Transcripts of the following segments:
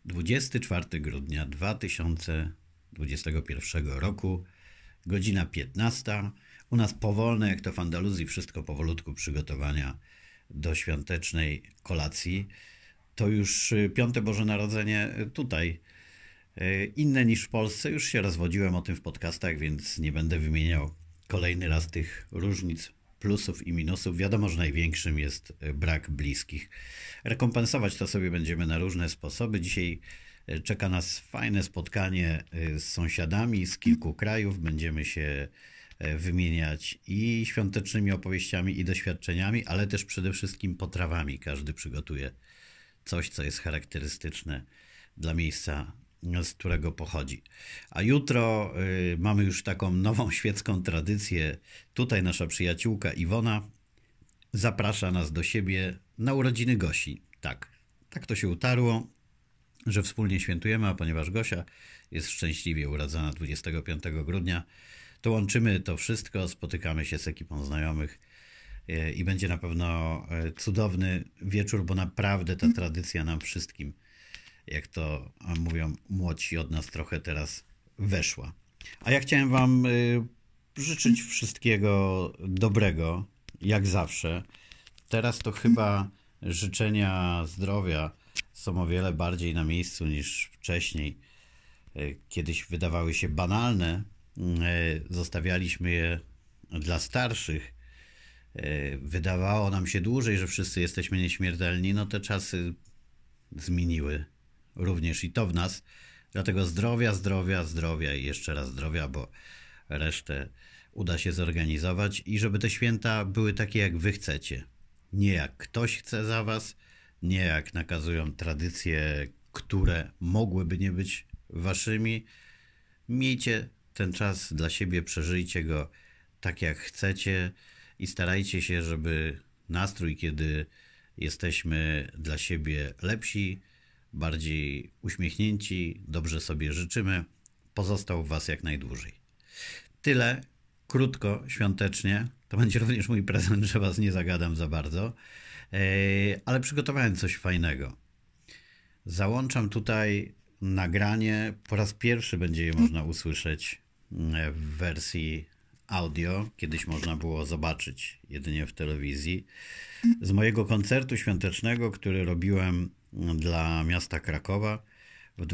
24 grudnia 2021 roku, godzina 15. U nas powolne, jak to w Andaluzji, wszystko powolutku przygotowania do świątecznej kolacji. To już piąte Boże Narodzenie tutaj. Inne niż w Polsce. Już się rozwodziłem o tym w podcastach, więc nie będę wymieniał kolejny raz tych różnic, plusów i minusów. Wiadomo, że największym jest brak bliskich. Rekompensować to sobie będziemy na różne sposoby. Dzisiaj czeka nas fajne spotkanie z sąsiadami z kilku krajów. Będziemy się wymieniać i świątecznymi opowieściami, i doświadczeniami, ale też przede wszystkim potrawami. Każdy przygotuje coś, co jest charakterystyczne dla miejsca, z którego pochodzi. A jutro mamy już taką nową świecką tradycję. Tutaj nasza przyjaciółka Iwona zaprasza nas do siebie na urodziny Gosi. Tak to się utarło, że wspólnie świętujemy, a ponieważ Gosia jest szczęśliwie urodzona 25 grudnia, to łączymy to wszystko, spotykamy się z ekipą znajomych i będzie na pewno cudowny wieczór, bo naprawdę ta tradycja nam wszystkim, jak to mówią młodsi od nas, trochę teraz weszła. A ja chciałem wam życzyć wszystkiego dobrego, jak zawsze. Teraz to chyba życzenia zdrowia są o wiele bardziej na miejscu niż wcześniej. Kiedyś wydawały się banalne, zostawialiśmy je dla starszych. Wydawało nam się dłużej, że wszyscy jesteśmy nieśmiertelni. No te czasy zmieniły również i to w nas. Dlatego zdrowia, zdrowia, zdrowia i jeszcze raz zdrowia, bo resztę uda się zorganizować i żeby te święta były takie, jak wy chcecie. Nie jak ktoś chce za was, nie jak nakazują tradycje, które mogłyby nie być waszymi. Miejcie ten czas dla siebie, przeżyjcie go tak, jak chcecie i starajcie się, żeby nastrój, kiedy jesteśmy dla siebie lepsi, bardziej uśmiechnięci, dobrze sobie życzymy, pozostał w was jak najdłużej. Tyle, krótko, świątecznie. To będzie również mój prezent, że was nie zagadam za bardzo, ale przygotowałem coś fajnego. Załączam tutaj nagranie. Po raz pierwszy będzie je można usłyszeć w wersji audio. Kiedyś można było zobaczyć jedynie w telewizji. Z mojego koncertu świątecznego, który robiłem dla miasta Krakowa w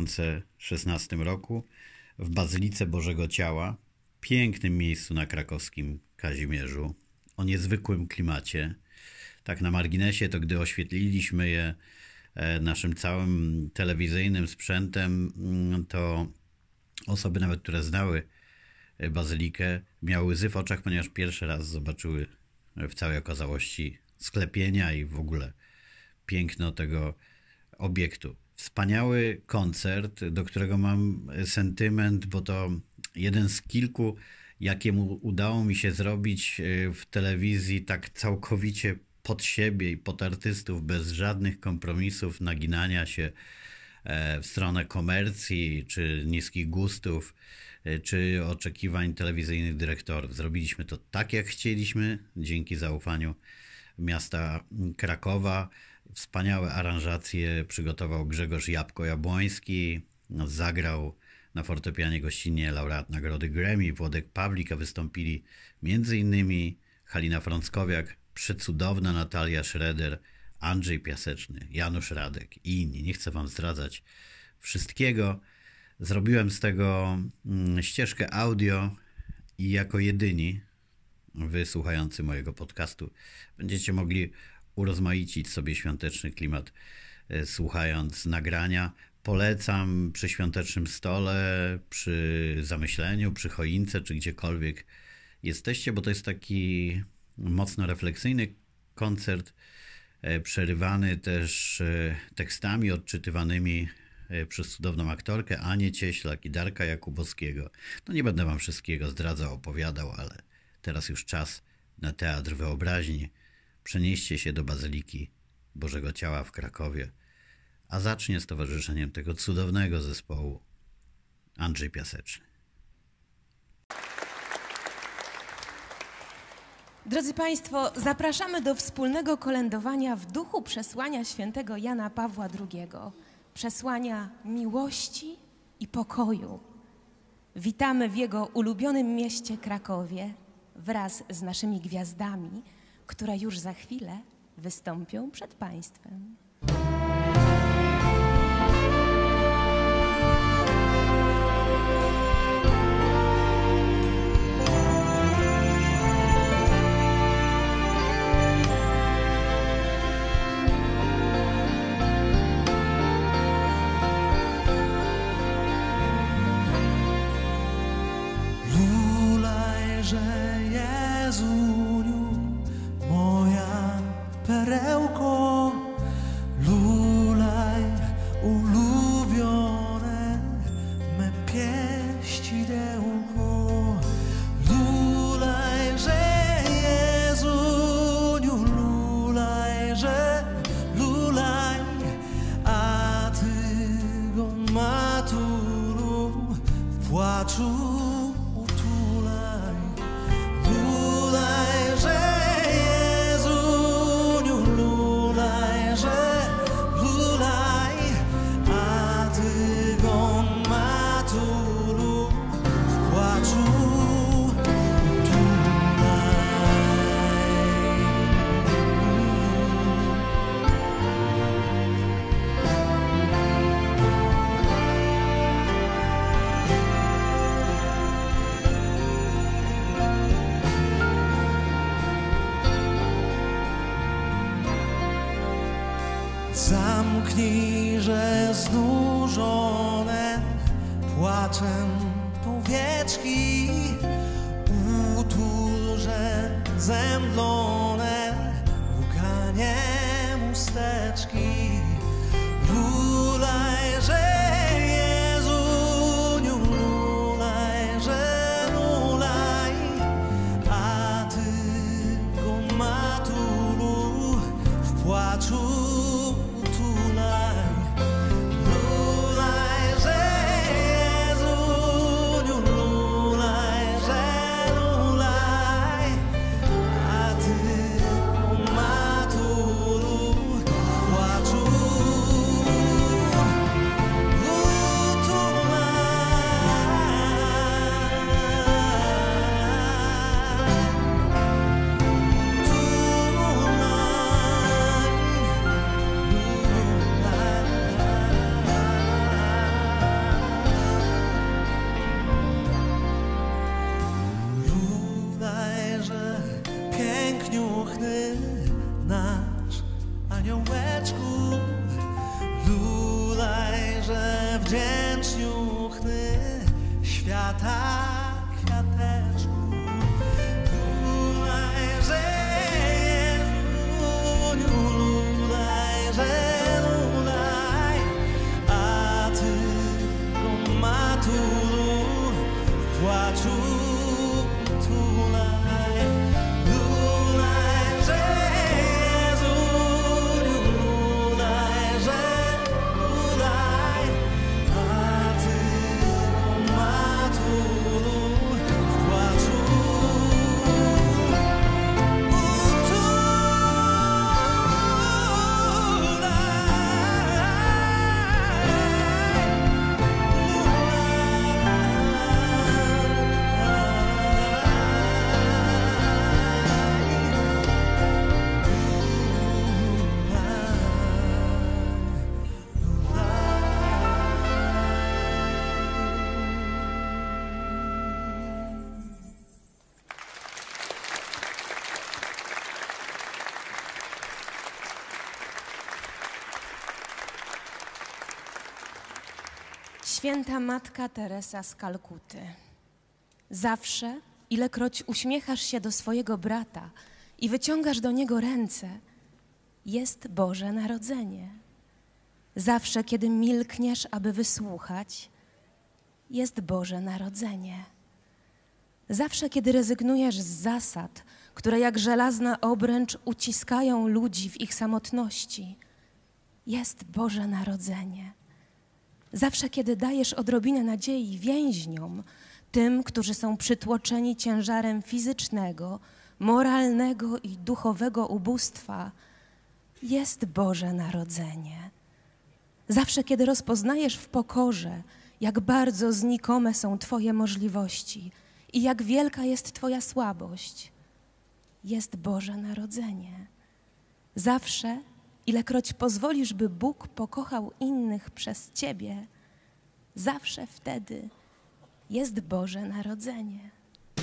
2016 roku w Bazylice Bożego Ciała, pięknym miejscu na krakowskim Kazimierzu, o niezwykłym klimacie. Tak na marginesie, to gdy oświetliliśmy je naszym całym telewizyjnym sprzętem, to osoby nawet, które znały bazylikę, miały łzy w oczach, ponieważ pierwszy raz zobaczyły w całej okazałości sklepienia i w ogóle piękno tego obiektu. Wspaniały koncert, do którego mam sentyment, bo to jeden z kilku, jakiemu udało mi się zrobić w telewizji tak całkowicie pod siebie i pod artystów, bez żadnych kompromisów, naginania się w stronę komercji, czy niskich gustów, czy oczekiwań telewizyjnych dyrektorów. Zrobiliśmy to tak, jak chcieliśmy, dzięki zaufaniu miasta Krakowa. Wspaniałe aranżacje przygotował Grzegorz Jabko-Jabłoński, zagrał na fortepianie gościnnie laureat nagrody Grammy Włodek Pawlik, a wystąpili m.in. Halina Frąckowiak, przecudowna Natalia Schroeder, Andrzej Piaseczny, Janusz Radek i inni. Nie chcę wam zdradzać wszystkiego. Zrobiłem z tego ścieżkę audio i jako jedyni wy słuchający mojego podcastu będziecie mogli urozmaicić sobie świąteczny klimat słuchając nagrania. Polecam przy świątecznym stole, przy zamyśleniu, przy choince, czy gdziekolwiek jesteście, bo to jest taki mocno refleksyjny koncert, przerywany też tekstami odczytywanymi przez cudowną aktorkę Anię Cieślak i Darka Jakubowskiego. No nie będę wam wszystkiego zdradzał, opowiadał, ale teraz już czas na teatr wyobraźni. Przenieście się do Bazyliki Bożego Ciała w Krakowie, a zacznie z towarzyszeniem tego cudownego zespołu Andrzej Piaseczny. Drodzy Państwo, zapraszamy do wspólnego kolędowania w duchu przesłania świętego Jana Pawła II. przesłania miłości i pokoju. Witamy w jego ulubionym mieście Krakowie wraz z naszymi gwiazdami, które już za chwilę wystąpią przed Państwem. Perełko, lulaj, ulubione me pieścidełko. Lulaj, że Jezuniu, lulaj, że lulaj, a Ty go matulu w płaczu utulaj. Lulaj, że zamknijże znużone płaczem powieczki, utulże zemdlone łkaniem usteczki. Lulaj, że Jezuniu, lulaj, że lulaj, a Ty go matulu w płaczu nasz aniołeczku, lulaj, że wdzięczniuchny świata kwiateczku. Lulaj, że Jezuniu, lulaj, że lulaj, a Ty go matulu w płaczu utulaj. Święta Matka Teresa z Kalkuty. Zawsze, ilekroć uśmiechasz się do swojego brata i wyciągasz do niego ręce, jest Boże Narodzenie. Zawsze, kiedy milkniesz, aby wysłuchać, jest Boże Narodzenie. Zawsze, kiedy rezygnujesz z zasad, które jak żelazna obręcz uciskają ludzi w ich samotności, jest Boże Narodzenie. Zawsze, kiedy dajesz odrobinę nadziei więźniom, tym, którzy są przytłoczeni ciężarem fizycznego, moralnego i duchowego ubóstwa, jest Boże Narodzenie. Zawsze, kiedy rozpoznajesz w pokorze, jak bardzo znikome są Twoje możliwości i jak wielka jest Twoja słabość, jest Boże Narodzenie. Zawsze, ilekroć pozwolisz, by Bóg pokochał innych przez Ciebie, zawsze wtedy jest Boże Narodzenie.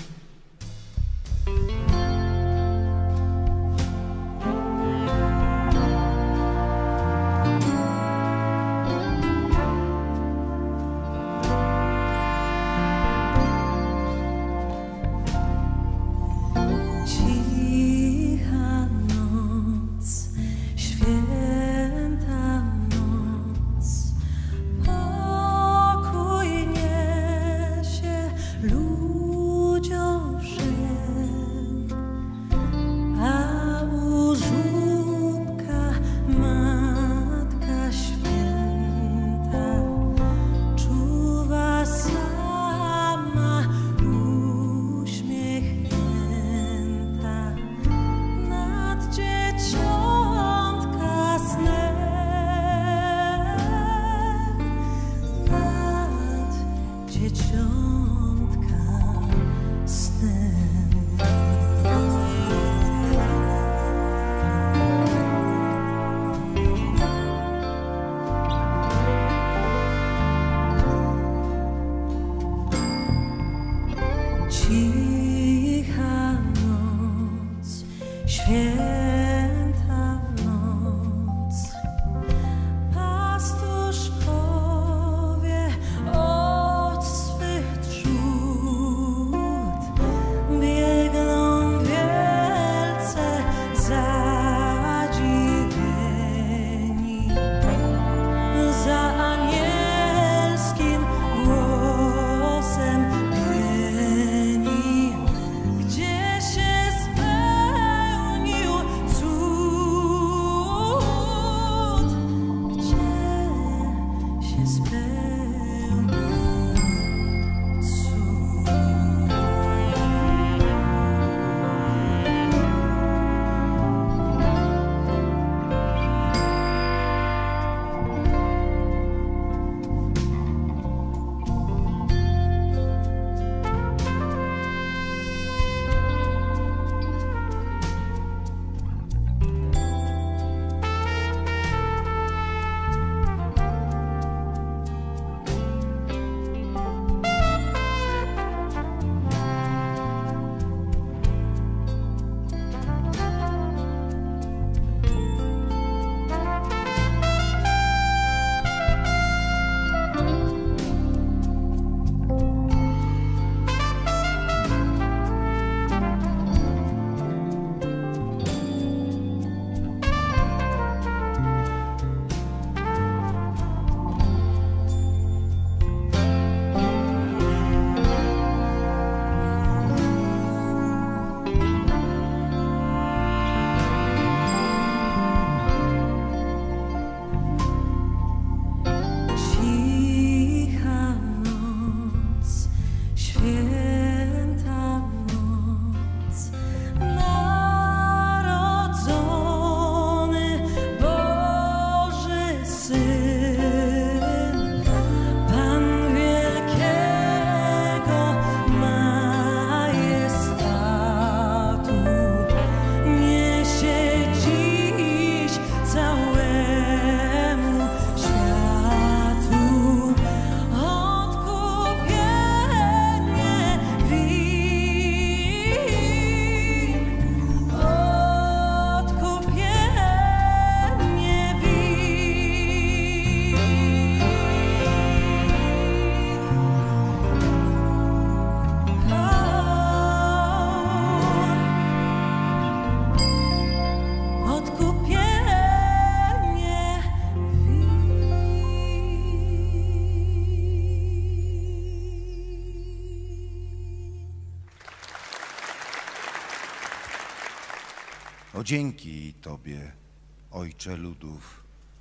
O dzięki Tobie, Ojcze ludów,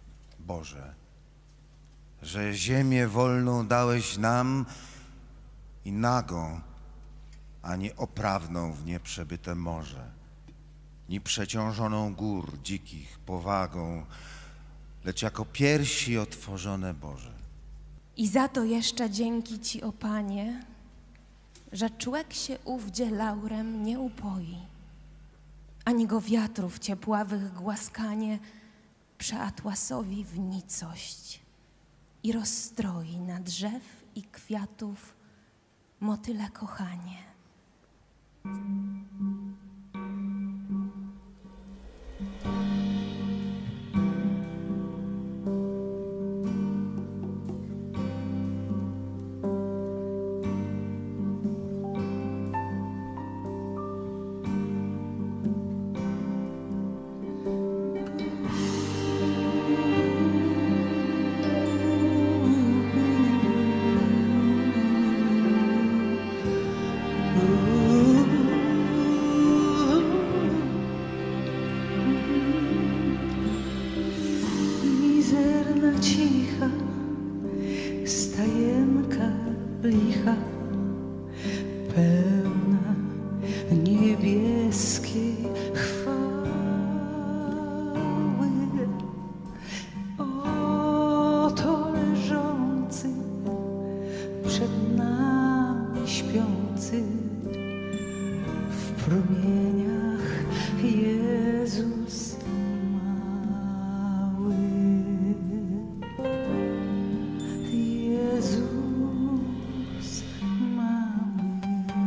Boże, że ziemię wolną dałeś nam i nagą, a nie oprawną w nieprzebyte morze, ni przeciążoną gór dzikich powagą, lecz jako piersi otworzone Boże. I za to jeszcze dzięki Ci, o Panie, że człek się ówdzie laurem nie upoi, ani go wiatrów ciepławych głaskanie przeatłasowi w nicość i rozstroi na drzew i kwiatów motyle kochanie. Mizerna, cicha stajenka licha, pełna niebieskiej chwały. Oto leżący przed nami śpiący w promieniach Jezus mały. Jezus mały.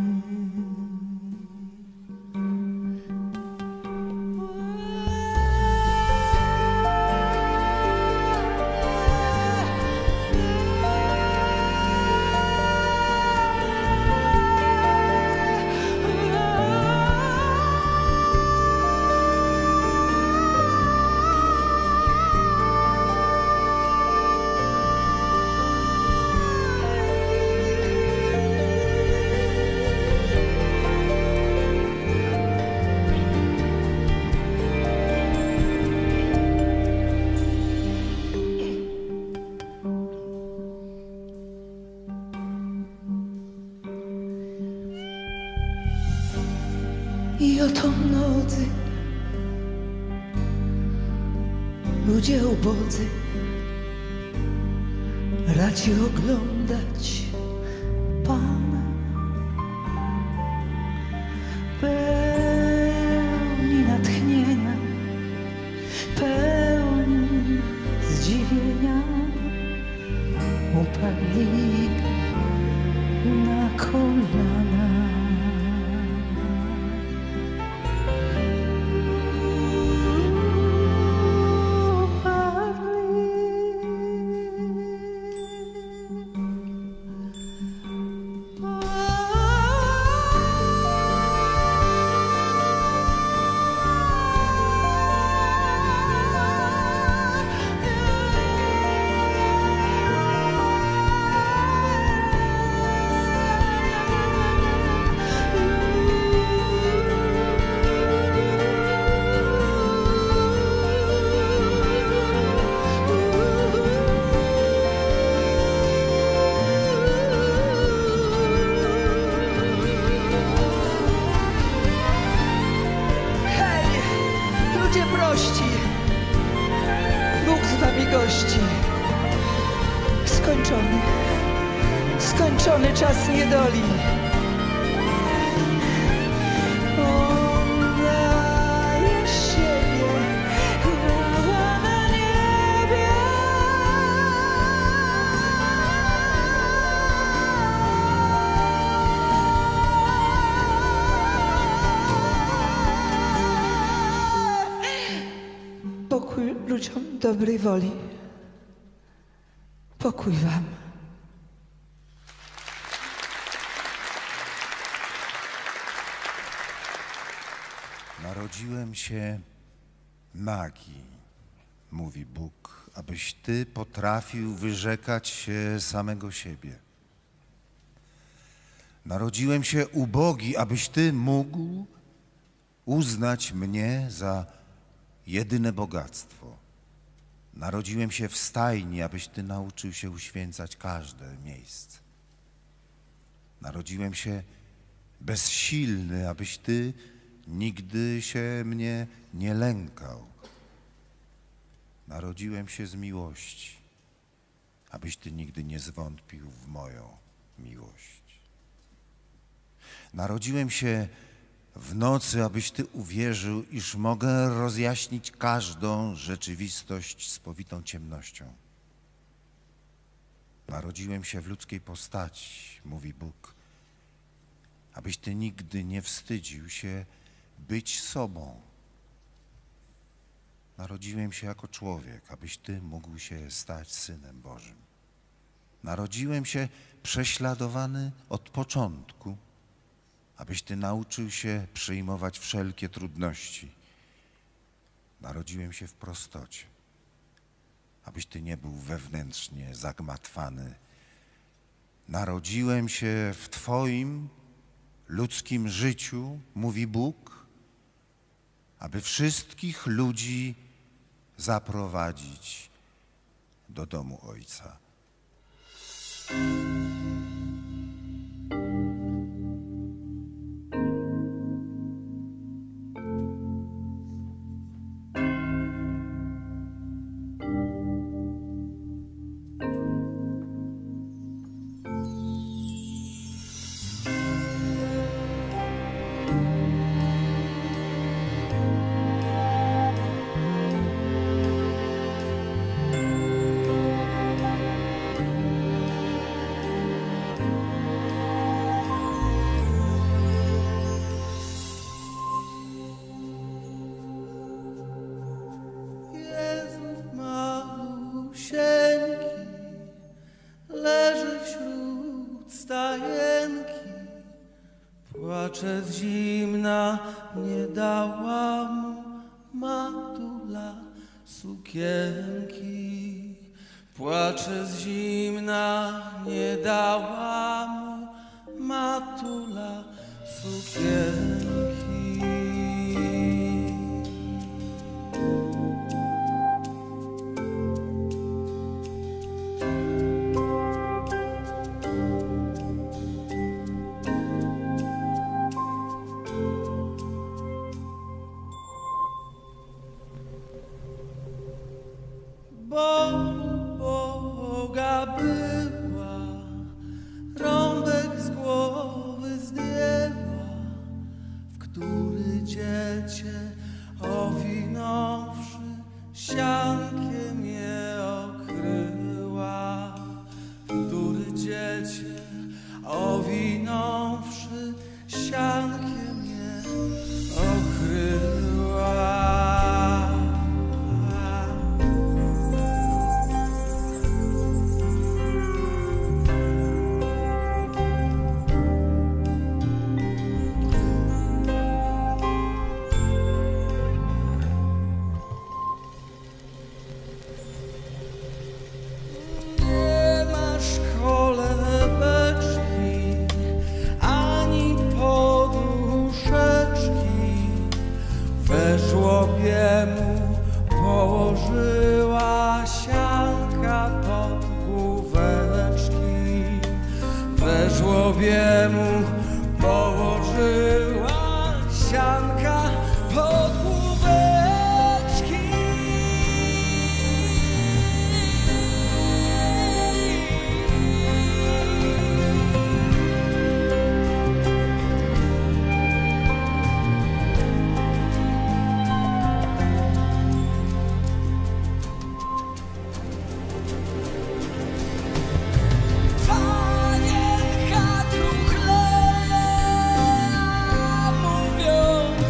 I oto mnodzy ludzie ubodzy, radzi oglądać Pana, pełni natchnienia, pełni zdziwienia, upadli na kolana. Ludzie prości, Bóg z wami gości. Skończony czas niedoli. On daje siebie, chwała na niebie. Pokój ludziom dobrej woli. Pokój wam. Narodziłem się magii, mówi Bóg, abyś Ty potrafił wyrzekać się samego siebie. Narodziłem się ubogi, abyś Ty mógł uznać mnie za jedyne bogactwo. Narodziłem się w stajni, abyś Ty nauczył się uświęcać każde miejsce. Narodziłem się bezsilny, abyś Ty nigdy się mnie nie lękał. Narodziłem się z miłości, abyś Ty nigdy nie zwątpił w moją miłość. Narodziłem się w nocy, abyś Ty uwierzył, iż mogę rozjaśnić każdą rzeczywistość spowitą ciemnością. Narodziłem się w ludzkiej postaci, mówi Bóg, abyś Ty nigdy nie wstydził się być sobą. Narodziłem się jako człowiek, abyś Ty mógł się stać Synem Bożym. Narodziłem się prześladowany od początku, abyś Ty nauczył się przyjmować wszelkie trudności. Narodziłem się w prostocie, abyś Ty nie był wewnętrznie zagmatwany. Narodziłem się w Twoim ludzkim życiu, mówi Bóg, aby wszystkich ludzi zaprowadzić do domu Ojca. Płacze z zimna, nie dała mu matula sukienki. Płacze z zimna, nie dała mu matula sukienki. Bo Boga była, rąbek z głowy zdjęła, w który dziecię owinąwszy siankiem je okryła, w który dziecię owinąwszy siankiem je okryła. Żłobiemu położyła sianka pod główeczki. We żłobiemu położyła sianka pod główeczki. Panienka truchleje, mówiąc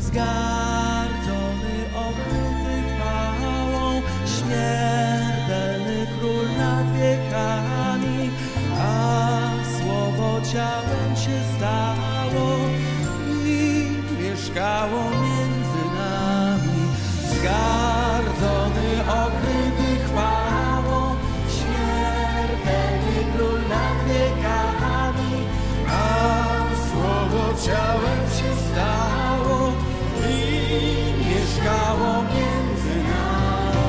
zgardzony, okryty chwałą, śmiertelny król nad wiekami, a słowo ciałem się stało i mieszkało między nami. Zgardzony, okryty chwałą, śmiertelny król nad wiekami, a słowo ciałem się stało i mieszkało między nami.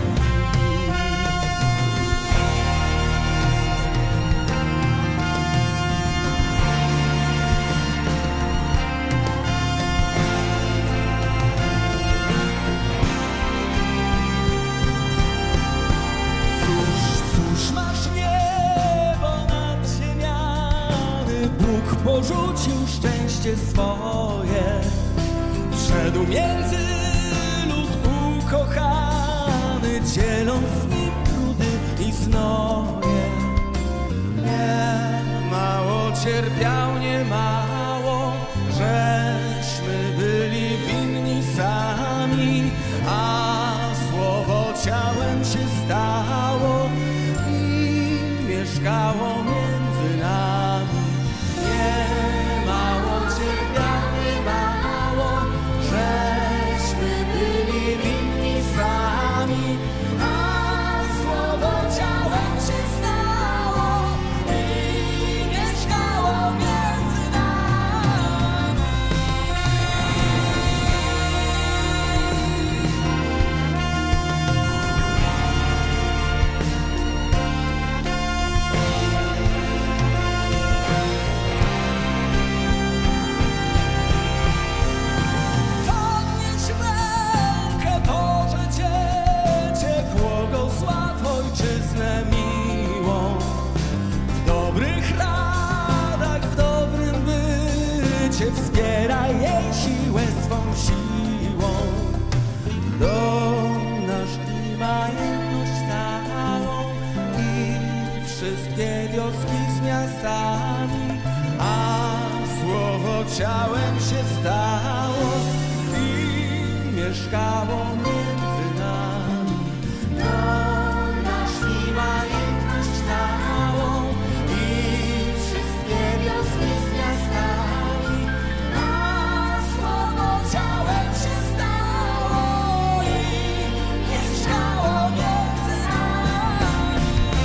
Cóż masz niebo nad ziemiami, Bóg porzucił szczęście swoje, wszedł między lud ukochany, dzieląc z nim trudy i znoje. Nie mało cierpiał, nie mało, żeśmy byli winni sami, a słowo ciałem się stało i mieszkało między nami. Nie mało cierpiał, nie mało, żeśmy byli winni sami, a słowo ciałem się stało i mieszkało między nami. Podnieś rękę, Boże Dziecię, błogosław Ojczyznę miłą. W dobrych radach, w dobrym bycie, wspieraj jej siłę swą siłą. Dom nasz i majętność całą i wszystkie wioski z miastami, a słowo ciałem się stało i mieszkało między nami. Dom nasz i majętność całą i wszystkie wioski z miastami, a słowo ciałem się stało i mieszkało między nami.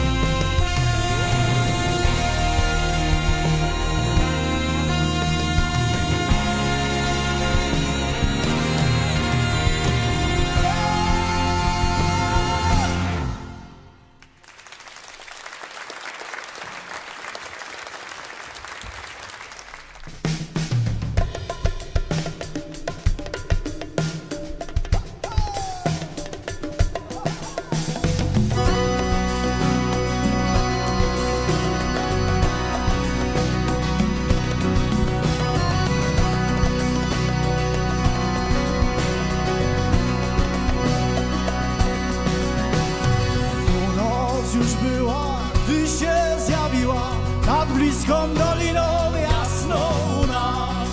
Północ już była, gdy się zjawiła nad bliską doliną jasną nam,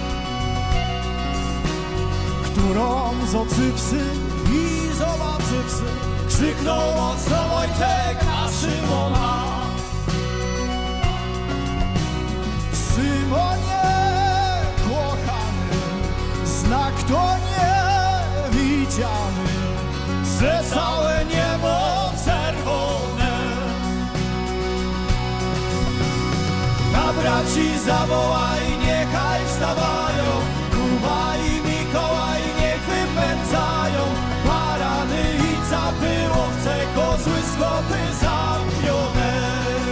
którą zocypsy i zobaczywsy krzyknął mocno Wojtek, a Szymona. Symonie kochany, znak to niewidziany, że całe niebo czerwone. Na braci zawołaj, niechaj wstawają, Kuba i Mikołaj niech wypędzają barany i capy, łowce, kozły, skopy zamknione.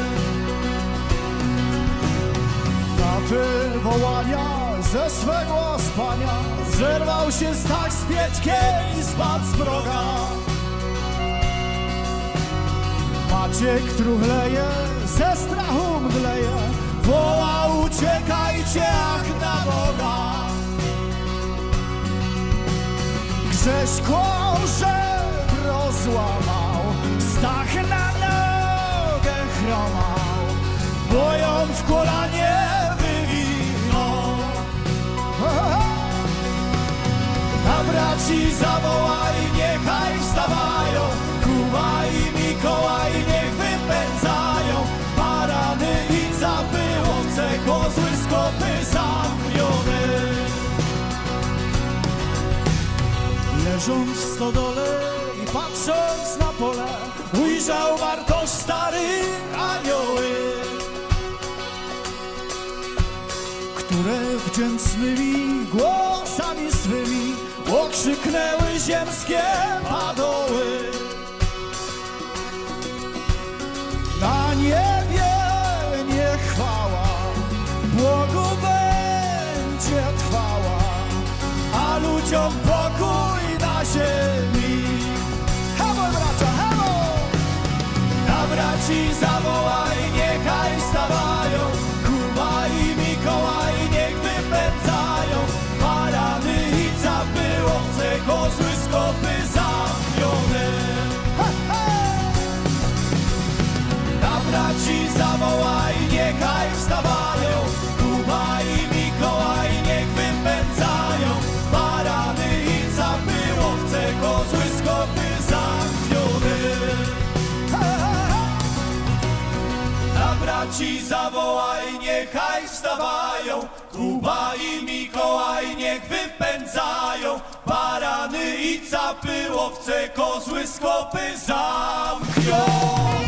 Na te wołania ze swego spania zerwał się Stach z Pieczkiem i spadł z proga. Maciek truchleje, ze strachu mdleje, woła uciekajcie, ach na Boga. Grześko żebro złamał, Stach na nogę chromał, bo ją w kolanie wywinął. braci zawołaj, niechaj wstawają, Kuba i Mikołaj niech wypędzają barany i capy, owce, kozły, skopy zamknione. Leżąc w stodole i patrząc na pole, ujrzał Bartosz stary anioły, które wdzięcznymi głosami swymi okrzyknęły ziemskie padoły. Na niebie niech chwała Bogu będzie trwała, a ludziom pokój na ziemi. Hemo, bracia, hemo! Na braci zawołaj, niechaj wstawają, Kuba i Mikołaj niech wypędzają barany i capy, owce, kozły, skopy zamknione. Na braci zawołaj, niechaj wstawają, Kuba i Mikołaj niech wypędzają barany i capy, owce, kozły, skopy zamknione. Na braci zawołaj, niechaj wstawają, Kuba i Mikołaj niech wypędzają barany i capy, owce, kozły, skopy zamknione.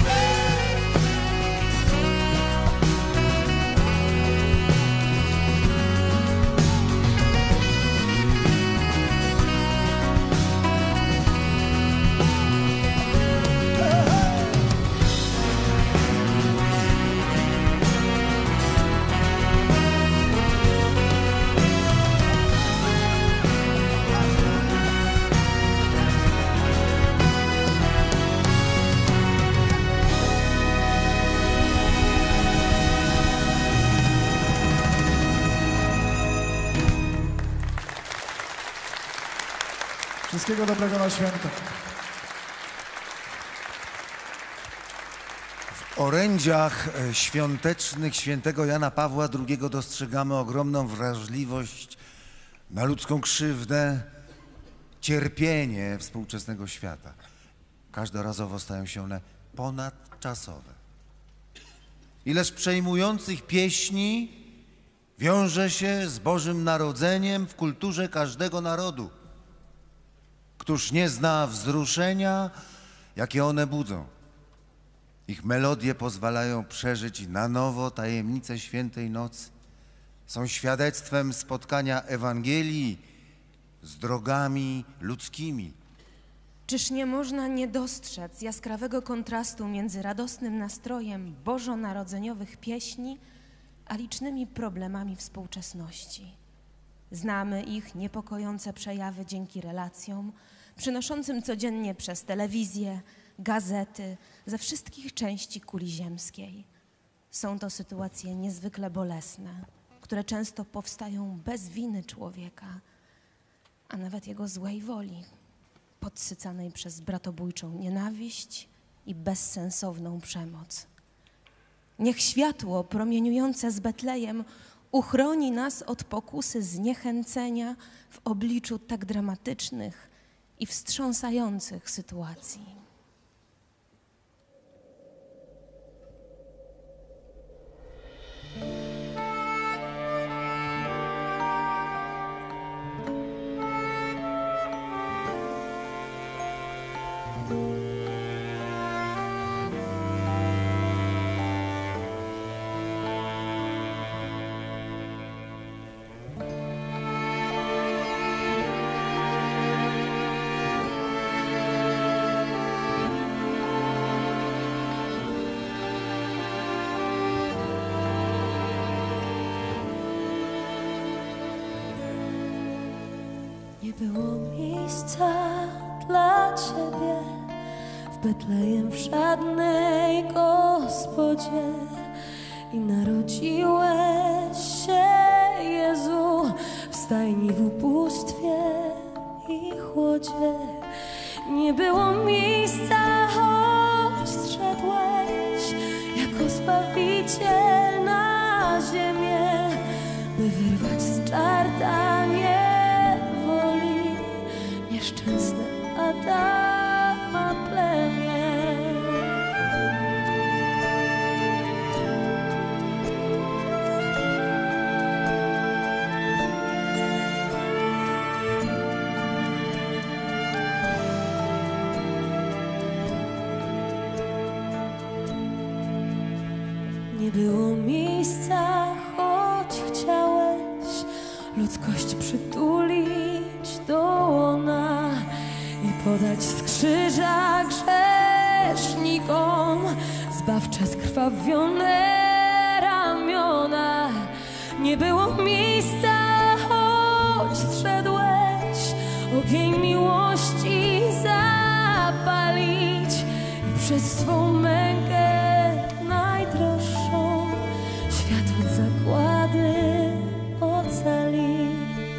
Wszystkiego dobrego na święta. W orędziach świątecznych świętego Jana Pawła II dostrzegamy ogromną wrażliwość na ludzką krzywdę, cierpienie współczesnego świata. Każdorazowo stają się one ponadczasowe. Ileż przejmujących pieśni wiąże się z Bożym Narodzeniem w kulturze każdego narodu. Któż nie zna wzruszenia, jakie one budzą? Ich melodie pozwalają przeżyć na nowo tajemnicę świętej nocy. Są świadectwem spotkania Ewangelii z drogami ludzkimi. Czyż nie można nie dostrzec jaskrawego kontrastu między radosnym nastrojem bożonarodzeniowych pieśni, a licznymi problemami współczesności? Znamy ich niepokojące przejawy dzięki relacjom przynoszącym codziennie przez telewizję, gazety ze wszystkich części kuli ziemskiej. Są to sytuacje niezwykle bolesne, które często powstają bez winy człowieka, a nawet jego złej woli, podsycanej przez bratobójczą nienawiść i bezsensowną przemoc. Niech światło promieniujące z Betlejem uchroni nas od pokusy zniechęcenia w obliczu tak dramatycznych i wstrząsających sytuacji. Nie było miejsca dla Ciebie w Betlejem, w żadnej gospodzie, i narodziłeś się, Jezu, w stajni, w ubóstwie i chłodzie. Nie było miejsca, choć zszedłeś jako Zbawiciel na ziemię, by wyrwać z czarta niewoli nieszczęsne Adama plemię. Nie było miejsca, choć chciałeś ludzkość przytulić do łona i podać z krzyża grzesznikom zbawcze skrwawione ramiona. Nie było miejsca, choć zszedłeś ogień miłości zapalić i przez swą mękę najdroższą świat od zagłady ocalić.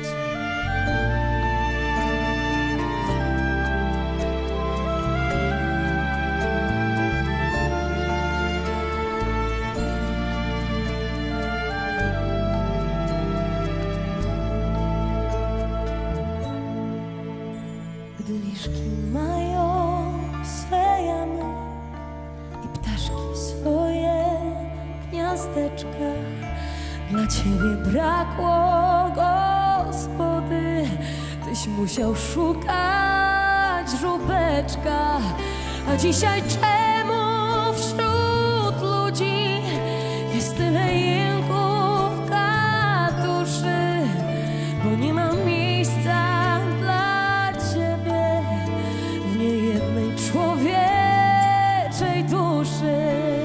Gdy liszki mają swe jamy i ptaszki swoje gniazdeczka, dla Ciebie brakło gospody, Tyś musiał szukać żubeczka. A dzisiaj czemu wśród ludzi jest tyle jęków katuszy? Bo nie ma miejsca dla Ciebie w niejednej człowieczej duszy.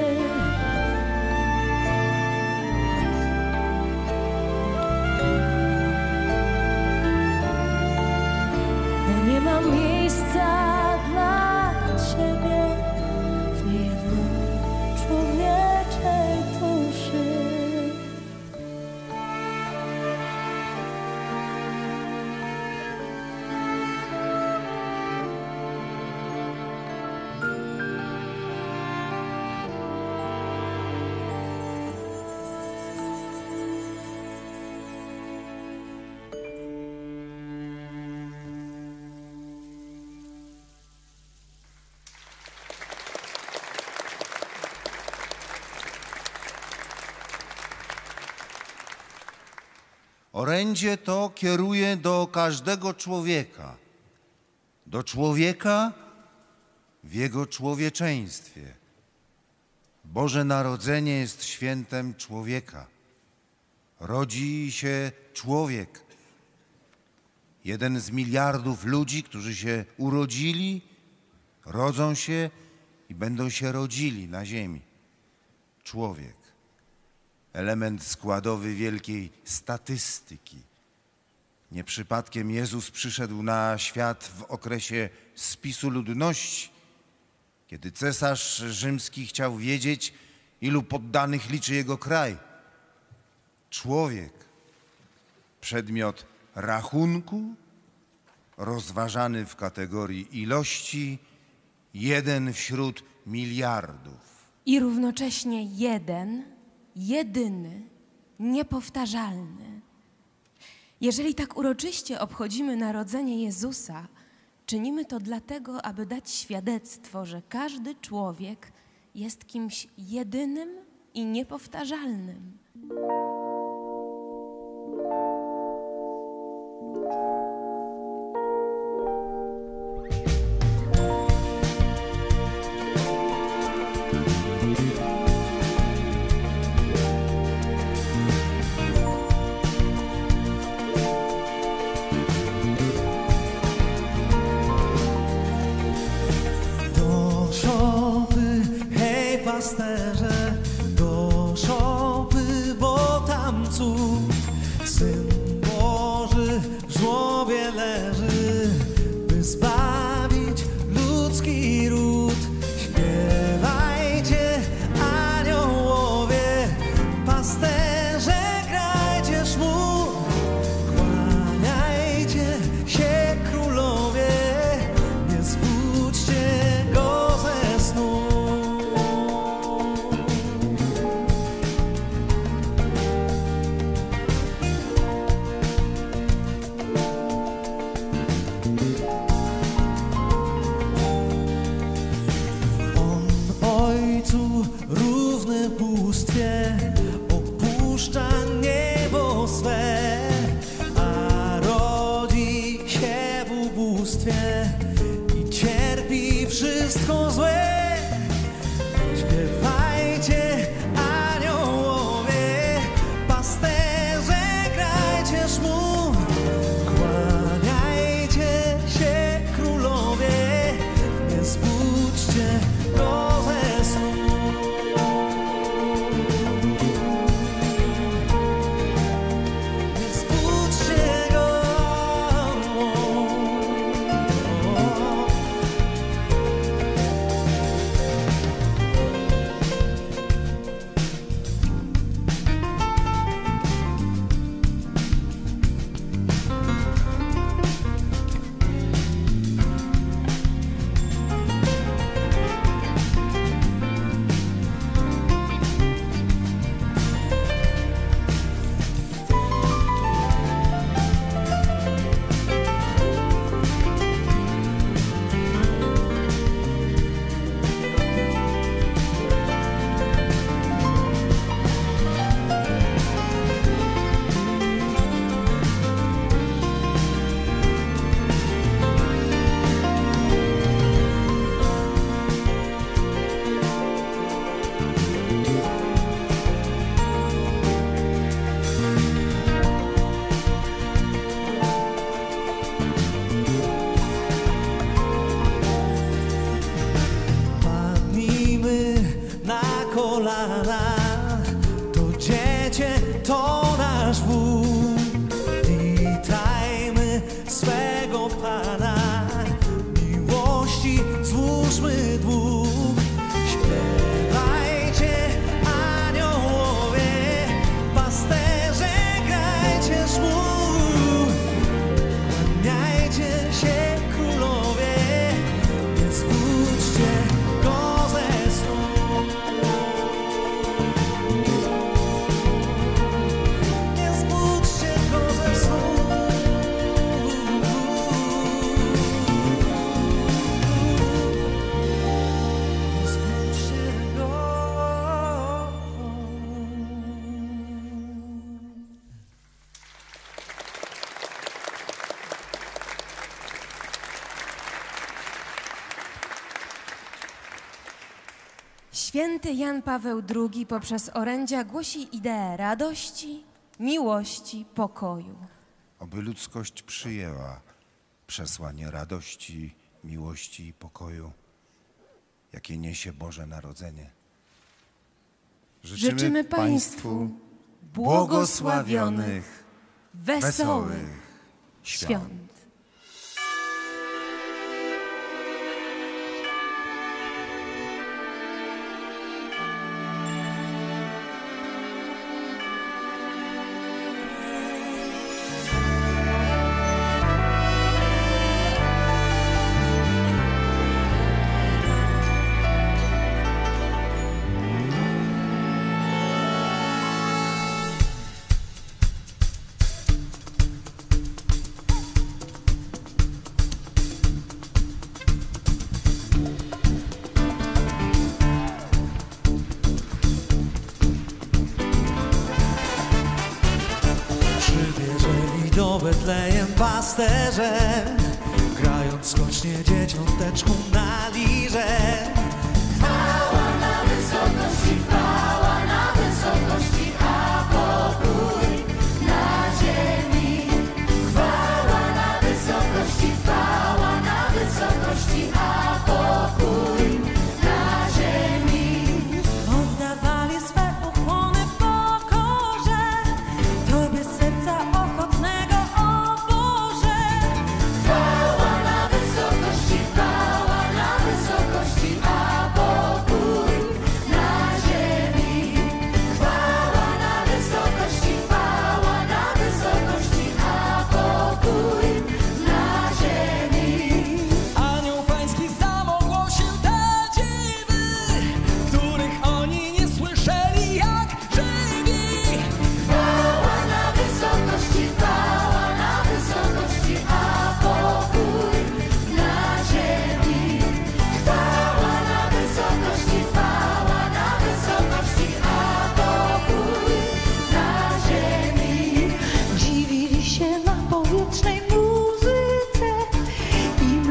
Nie ma miejsca dla Ciebie w niejednej człowieczej duszy. Orędzie to kieruje do każdego człowieka, do człowieka w jego człowieczeństwie. Boże Narodzenie jest świętem człowieka. Rodzi się człowiek. 1 z miliardów ludzi, którzy się urodzili, rodzą się i będą się rodzili na ziemi. Człowiek. Element składowy wielkiej statystyki. Nie przypadkiem Jezus przyszedł na świat w okresie spisu ludności, kiedy cesarz rzymski chciał wiedzieć, ilu poddanych liczy jego kraj. Człowiek, przedmiot rachunku, rozważany w kategorii ilości, 1 wśród miliardów. I równocześnie jeden, jedyny, niepowtarzalny. Jeżeli tak uroczyście obchodzimy narodzenie Jezusa, czynimy to dlatego, aby dać świadectwo, że każdy człowiek jest kimś jedynym i niepowtarzalnym. Do szopy, hej pasterze, do szopy, bo ubóstwie i cierpi wszystko złe. Śpiewajcie, aniołowie, pasterze, grajcie szmu, kłaniajcie się, królowie, nie zbudźcie go ze snu. Nie zbudźcie go. Padnijmy na kolana, to dziecię, to nasz Bóg. Witajmy swego Pana, miłości złóżmy dług. Śpiewajcie, aniołowie, pasterze, grajcie szmu, kłaniajcie się, królowie, nie zbudźcie go ze snu. Nie zbudźcie go ze snu. Nie zbudźcie go. Święty Jan Paweł II poprzez orędzia głosi ideę radości, miłości, pokoju. Oby ludzkość przyjęła przesłanie radości, miłości i pokoju, jakie niesie Boże Narodzenie. Życzymy Państwu błogosławionych, wesołych świąt. Przybierzeli do Betlejem pasterze, grając skocznie dzieciąteczku na lirze. Chwała na wysokości, a pokój na ziemi. Chwała na wysokości, a pokój na ziemi. Oddawali swe ukłony w pokorze, Tobie serca ochotnego, o Boże. Chwała na wysokości, a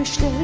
myśleli